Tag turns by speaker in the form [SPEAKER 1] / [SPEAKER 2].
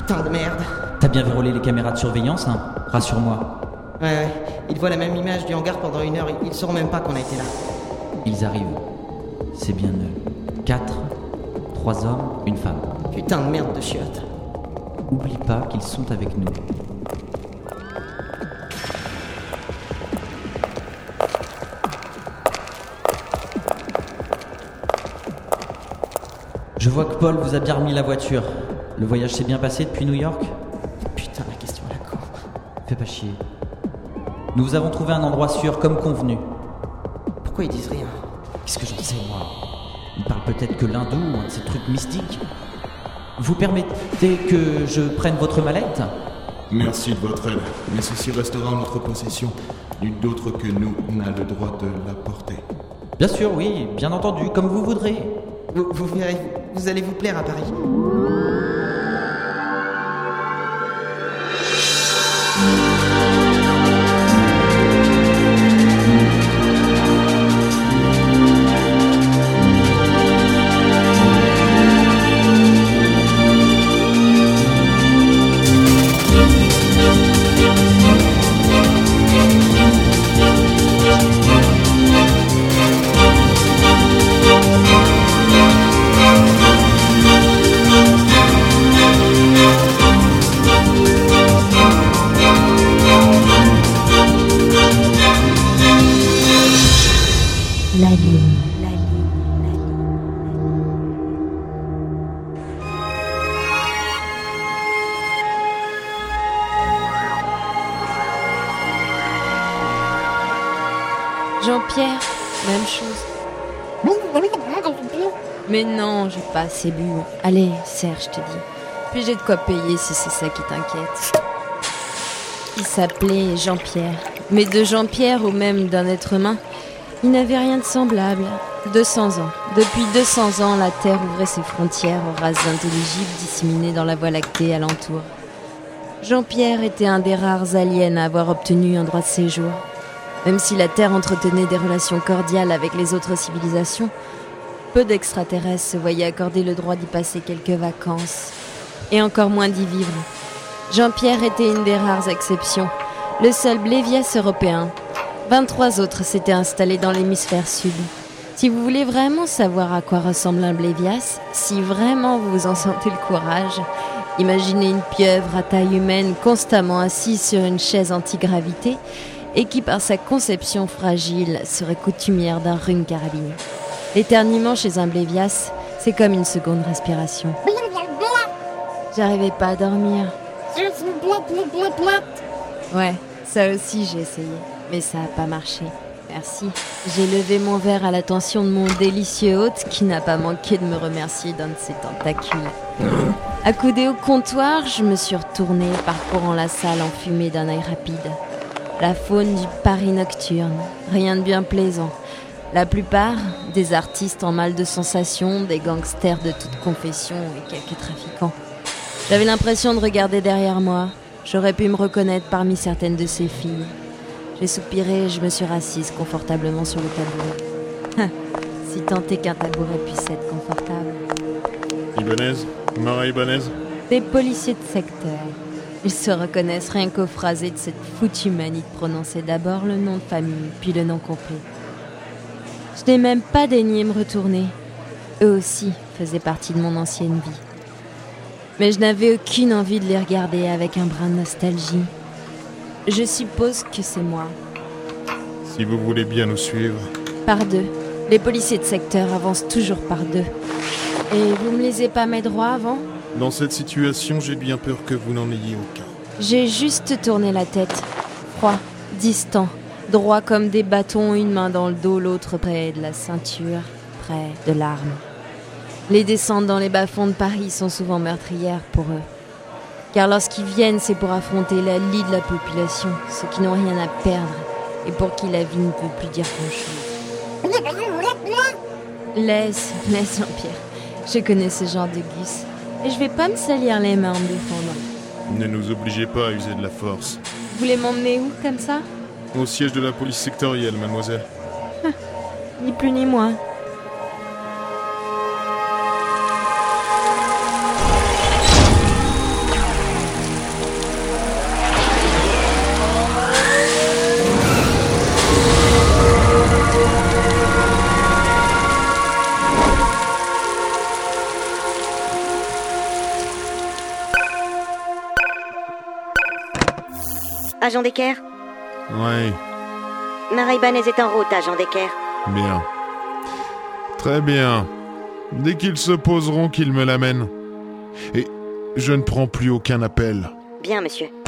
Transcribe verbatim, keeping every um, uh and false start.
[SPEAKER 1] Putain de merde.
[SPEAKER 2] T'as bien vérolé les caméras de surveillance, hein? Rassure-moi.
[SPEAKER 1] Ouais, ouais. Ils voient la même image du hangar pendant une heure. Ils sauront même pas qu'on a été là.
[SPEAKER 2] Ils arrivent. C'est bien eux. Quatre. Trois hommes, une femme.
[SPEAKER 1] Putain de merde de chiottes.
[SPEAKER 2] Oublie pas qu'ils sont avec nous. Je vois que Paul vous a bien remis la voiture. Le voyage s'est bien passé depuis New York?
[SPEAKER 1] Putain, la question à la con.
[SPEAKER 2] Fais pas chier. Nous vous avons trouvé un endroit sûr, comme convenu.
[SPEAKER 1] Pourquoi ils disent rien?
[SPEAKER 2] Qu'est-ce que j'en sais, moi? Ils parlent peut-être que l'hindou ou un de ces trucs mystiques. Vous permettez que je prenne votre mallette?
[SPEAKER 3] Merci de votre aide, mais ceci restera en notre possession. Nul d'autre que nous n'a le droit de la porter.
[SPEAKER 2] Bien sûr, oui, bien entendu, comme vous voudrez.
[SPEAKER 1] Vous, vous verrez, vous allez vous plaire à Paris.
[SPEAKER 4] La ligne, la ligne, la ligne.
[SPEAKER 5] Jean-Pierre, même chose. Mais non, j'ai pas assez bu. Allez, serre, je te dis. Puis j'ai de quoi payer si c'est ça qui t'inquiète. Il s'appelait Jean-Pierre. Mais de Jean-Pierre ou même d'un être humain, il n'avait rien de semblable. deux cents ans. Depuis deux cents ans, la Terre ouvrait ses frontières aux races intelligibles disséminées dans la Voie lactée alentour. Jean-Pierre était un des rares aliens à avoir obtenu un droit de séjour. Même si la Terre entretenait des relations cordiales avec les autres civilisations, peu d'extraterrestres se voyaient accorder le droit d'y passer quelques vacances, et encore moins d'y vivre. Jean-Pierre était une des rares exceptions, le seul blévias européen. vingt-trois autres s'étaient installés dans l'hémisphère sud. Si vous voulez vraiment savoir à quoi ressemble un blévias, si vraiment vous en sentez le courage, imaginez une pieuvre à taille humaine constamment assise sur une chaise antigravité et qui, par sa conception fragile, serait coutumière d'un rhume carabiné. L'éternuement chez un blévias, c'est comme une seconde respiration. J'arrivais pas à dormir. Ouais, ça aussi j'ai essayé, mais ça a pas marché. Merci. J'ai levé mon verre à l'attention de mon délicieux hôte qui n'a pas manqué de me remercier d'un de ses tentacules. Accoudé au comptoir, je me suis retournée, parcourant la salle enfumée d'un œil rapide. La faune du Paris nocturne, rien de bien plaisant. La plupart, des artistes en mal de sensations, des gangsters de toute confession et quelques trafiquants. J'avais l'impression de regarder derrière moi. J'aurais pu me reconnaître parmi certaines de ces filles. J'ai soupiré et je me suis rassise confortablement sur le tabouret. Si tant est qu'un tabouret puisse être confortable.
[SPEAKER 3] Ibanez, Mara Ibanez.
[SPEAKER 5] Des policiers de secteur. Ils se reconnaissent rien qu'au phrasé de cette foutue manie de prononcer d'abord le nom de famille, puis le nom complet. Je n'ai même pas daigné me retourner. Eux aussi faisaient partie de mon ancienne vie. Mais je n'avais aucune envie de les regarder avec un brin de nostalgie. Je suppose que c'est moi.
[SPEAKER 3] Si vous voulez bien nous suivre.
[SPEAKER 5] Par deux. Les policiers de secteur avancent toujours par deux. Et vous me laissez pas mes droits avant ?
[SPEAKER 3] Dans cette situation, j'ai bien peur que vous n'en ayez aucun.
[SPEAKER 5] J'ai juste tourné la tête. Froid, distant, droit comme des bâtons, une main dans le dos, l'autre près de la ceinture, près de l'arme. Les descentes dans les bas-fonds de Paris sont souvent meurtrières pour eux. Car lorsqu'ils viennent, c'est pour affronter la lie de la population, ceux qui n'ont rien à perdre et pour qui la vie ne peut plus dire grand-chose. Laisse, laisse Jean-Pierre. Je connais ce genre de gus. Et je vais pas me salir les mains en me défendant.
[SPEAKER 3] Ne nous obligez pas à user de la force.
[SPEAKER 5] Vous voulez m'emmener où, comme ça ?
[SPEAKER 3] Au siège de la police sectorielle, mademoiselle.
[SPEAKER 5] Ni plus ni moins.
[SPEAKER 4] agent Decker?
[SPEAKER 6] Oui,
[SPEAKER 4] Mara Ibanez est en route, agent Decker.
[SPEAKER 6] bien. Très bien. Dès qu'ils se poseront, qu'ils me l'amènent. Et je ne prends plus aucun appel.
[SPEAKER 4] Bien, monsieur.